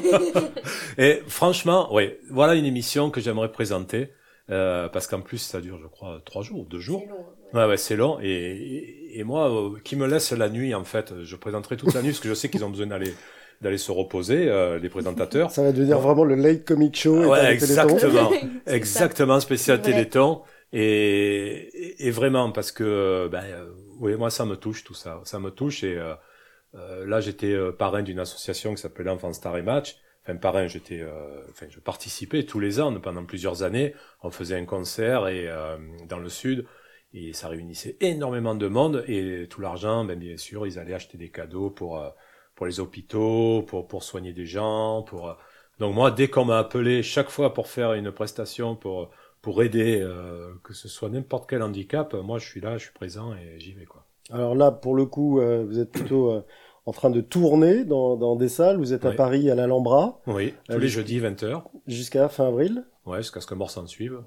Et franchement, ouais, voilà une émission que j'aimerais présenter. Euh, parce qu'en plus ça dure je crois trois jours, deux jours. C'est long, ouais. ouais ouais c'est long et, et, et moi euh, qui me laisse la nuit en fait, je présenterai toute la nuit parce que je sais qu'ils ont besoin d'aller d'aller se reposer euh, les présentateurs. Ça va devenir ouais. vraiment le late comic show. Ah, ouais exactement, exactement spécial c'est Téléthon et, et et vraiment parce que ben euh, oui moi ça me touche tout ça, ça me touche et euh, euh, là j'étais euh, parrain d'une association qui s'appelait Enfants Star et Match. Enfin, parrain, j'étais, euh, enfin, je participais tous les ans pendant plusieurs années. On faisait un concert et euh, dans le sud et ça réunissait énormément de monde et tout l'argent, ben bien sûr, ils allaient acheter des cadeaux pour euh, pour les hôpitaux, pour pour soigner des gens, pour Donc moi, dès qu'on m'a appelé chaque fois pour faire une prestation, pour pour aider, euh, que ce soit n'importe quel handicap, moi je suis là, je suis présent et j'y vais, quoi. Alors là, pour le coup, euh, vous êtes plutôt euh, en train de tourner dans, dans des salles. Vous êtes à Oui. Paris, à l'Alhambra. Oui, tous Euh, les jeudis vingt heures. Jusqu'à fin avril. Ouais, jusqu'à ce que mort s'en suive.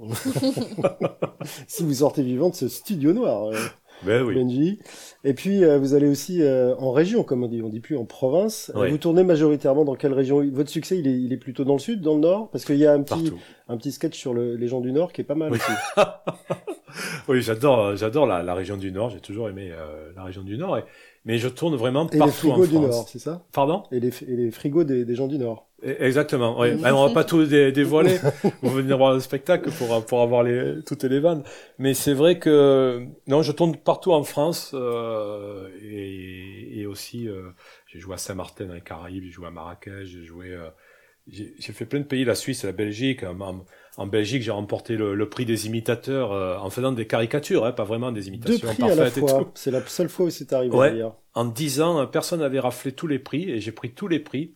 Si vous sortez vivant de ce studio noir, euh, Ben oui. Benji. Et puis, euh, vous allez aussi euh, en région, comme on dit. On dit plus en province. Oui. Vous tournez majoritairement dans quelle région? Votre succès, il est, il est plutôt dans le sud, dans le nord? Parce qu'il y a un petit, Partout. un petit sketch sur le, les gens du nord qui est pas mal Oui. aussi. Oui, j'adore, j'adore la, la région du Nord. J'ai toujours aimé euh, la région du Nord. Et, mais je tourne vraiment Et les partout en frigos France. du nord, c'est ça? Pardon? Et les, et les frigos des, des gens du nord. E- Exactement. Oui. Ben, on va pas tout dé- dévoiler. Vous venez voir le spectacle pour pour avoir les toutes les vannes. Mais c'est vrai que non, je tourne partout en France euh, et, et aussi euh, j'ai joué à Saint-Martin dans les Caraïbes, j'ai joué à Marrakech, j'ai joué. Euh, j'ai, j'ai fait plein de pays, la Suisse, la Belgique. En, en, en Belgique, j'ai remporté le, le prix des imitateurs euh, en faisant des caricatures, hein, pas vraiment des Deux imitations prix à la parfaites et fois. tout. C'est la seule fois où c'est arrivé Ouais. d'ailleurs. En dix ans, personne n'avait raflé tous les prix et j'ai pris tous les prix.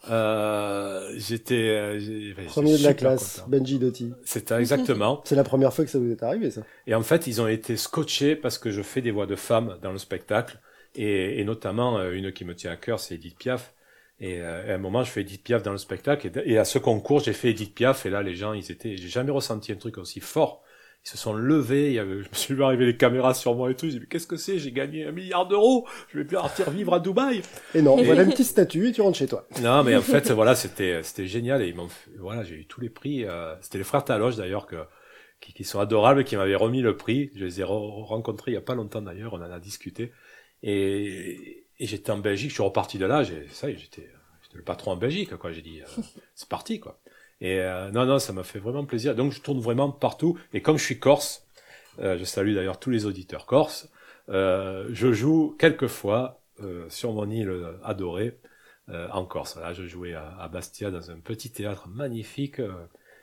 Euh, j'étais euh, j'ai- enfin, Premier j'étais de la super classe, content. Benji Doty. C'était exactement. C'est la première fois que ça vous est arrivé, ça. Et en fait, ils ont été scotchés parce que je fais des voix de femmes dans le spectacle et, et notamment euh, une qui me tient à cœur, c'est Edith Piaf. Et euh, à un moment, je fais Edith Piaf dans le spectacle et, et à ce concours, j'ai fait Edith Piaf et là, les gens, ils étaient, j'ai jamais ressenti un truc aussi fort. Ils se sont levés, il y avait, je me suis vu arriver les caméras sur moi et tout. J'ai dit, mais qu'est-ce que c'est? J'ai gagné un milliard d'euros. Je vais plus partir vivre à Dubaï. Et non, voilà une petite statue et tu rentres chez toi. Non, mais en fait, voilà, c'était, c'était génial et ils m'ont, fait- voilà, j'ai eu tous les prix. Euh, c'était les frères Taloche d'ailleurs que, qui, qui sont adorables, qui m'avaient remis le prix. Je les ai re- rencontrés il y a pas longtemps d'ailleurs. On en a discuté et, et j'étais en Belgique. Je suis reparti de là. J'ai, ça, y est, j'étais, j'étais le patron en Belgique, quoi. J'ai dit, euh, c'est parti, quoi. Et euh, non, non, ça m'a fait vraiment plaisir. Donc, je tourne vraiment partout. Et comme je suis corse, euh, je salue d'ailleurs tous les auditeurs corses. Euh, je joue quelquefois euh, sur mon île adorée. Euh, en Corse. Là, je jouais à, à Bastia dans un petit théâtre magnifique euh,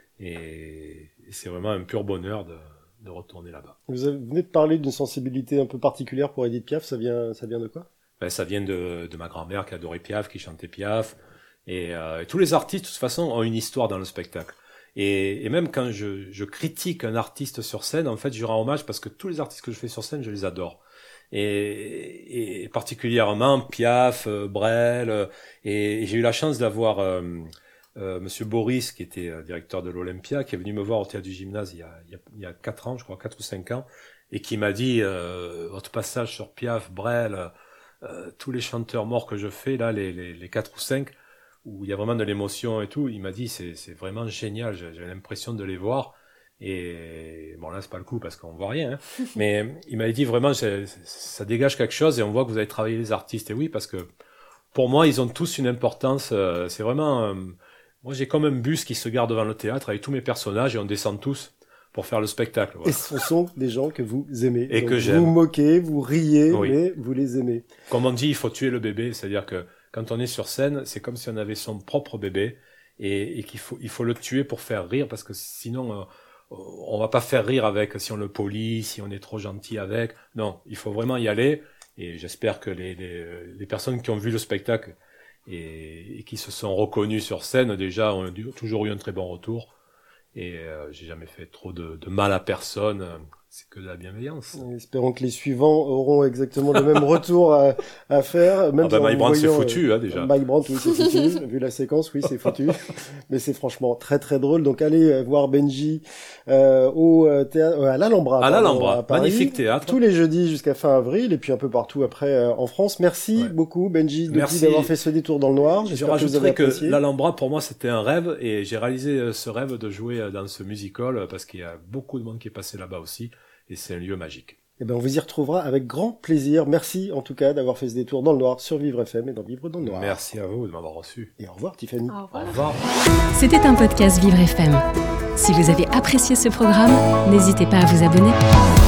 et, et c'est vraiment un pur bonheur de, de retourner là-bas. Vous avez- vous venez de parler d'une sensibilité un peu particulière pour Edith Piaf, ça vient, ça vient de quoi? Ben, ça vient de, de ma grand-mère qui adorait Piaf, qui chantait Piaf et, euh, et tous les artistes de toute façon ont une histoire dans le spectacle. Et, et même quand je, je critique un artiste sur scène, en fait, je rends hommage parce que tous les artistes que je fais sur scène, je les adore. Et, et particulièrement Piaf, euh, Brel, euh, et, et j'ai eu la chance d'avoir euh, euh, Monsieur Boris, qui était euh, directeur de l'Olympia, qui est venu me voir au théâtre du Gymnase il y a, il y a, il y a quatre ans, je crois, quatre ou cinq ans, et qui m'a dit euh, votre passage sur Piaf, Brel, euh, tous les chanteurs morts que je fais là, les, les, les quatre ou cinq, où il y a vraiment de l'émotion et tout, il m'a dit c'est, c'est vraiment génial, j'ai, j'ai l'impression de les voir. Et bon là c'est pas le coup parce qu'on voit rien, hein. Mais il m'avait dit vraiment c'est, ça dégage quelque chose et on voit que vous avez travaillé les artistes. Et oui, parce que pour moi ils ont tous une importance. Euh, c'est vraiment, euh, moi j'ai comme un bus qui se gare devant le théâtre avec tous mes personnages et on descend tous pour faire le spectacle. Voilà. Et ce sont des gens que vous aimez. Et Donc, que vous j'aime. vous moquez, vous riez, Oui. mais vous les aimez. Comme on dit, il faut tuer le bébé, c'est-à-dire que quand on est sur scène, c'est comme si on avait son propre bébé et, et qu'il faut il faut le tuer pour faire rire parce que sinon euh, on va pas faire rire avec si on le polie, si on est trop gentil avec. Non, il faut vraiment y aller. Et j'espère que les, les, les personnes qui ont vu le spectacle et, et qui se sont reconnues sur scène, déjà, ont du- toujours eu un très bon retour. Et euh, j'ai jamais fait trop de, de mal à personne. C'est que de la bienveillance. Espérons que les suivants auront exactement le même retour à, à faire. Même Ah bah, en Mike Brandt, c'est voyant, foutu, euh, hein, déjà. Mike Brandt, oui, c'est foutu. Vu la séquence, oui, c'est foutu. Mais c'est franchement très très drôle. Donc allez euh, voir Benji euh, au euh, théâtre, euh, à l'Alhambra. À pardon, l'Alhambra, à Paris. magnifique théâtre. Tous les jeudis jusqu'à fin avril et puis un peu partout après euh, en France. Merci Ouais. beaucoup Benji Doty Merci. d'avoir fait ce détour dans le noir. Je J'espère que vous avez rajouterais que apprécié. l'Alhambra, pour moi, c'était un rêve, et j'ai réalisé euh, ce rêve de jouer euh, dans ce musical, euh, parce qu'il y a beaucoup de monde qui est passé là-bas aussi, et c'est un lieu magique. Eh ben, on vous y retrouvera avec grand plaisir. Merci en tout cas d'avoir fait ce détour dans le noir sur Vivre F M et dans Vivre dans le noir. Merci à vous de m'avoir reçu. Et au revoir Tiffany. Au revoir. Au revoir. C'était un podcast Vivre F M. Si vous avez apprécié ce programme, n'hésitez pas à vous abonner.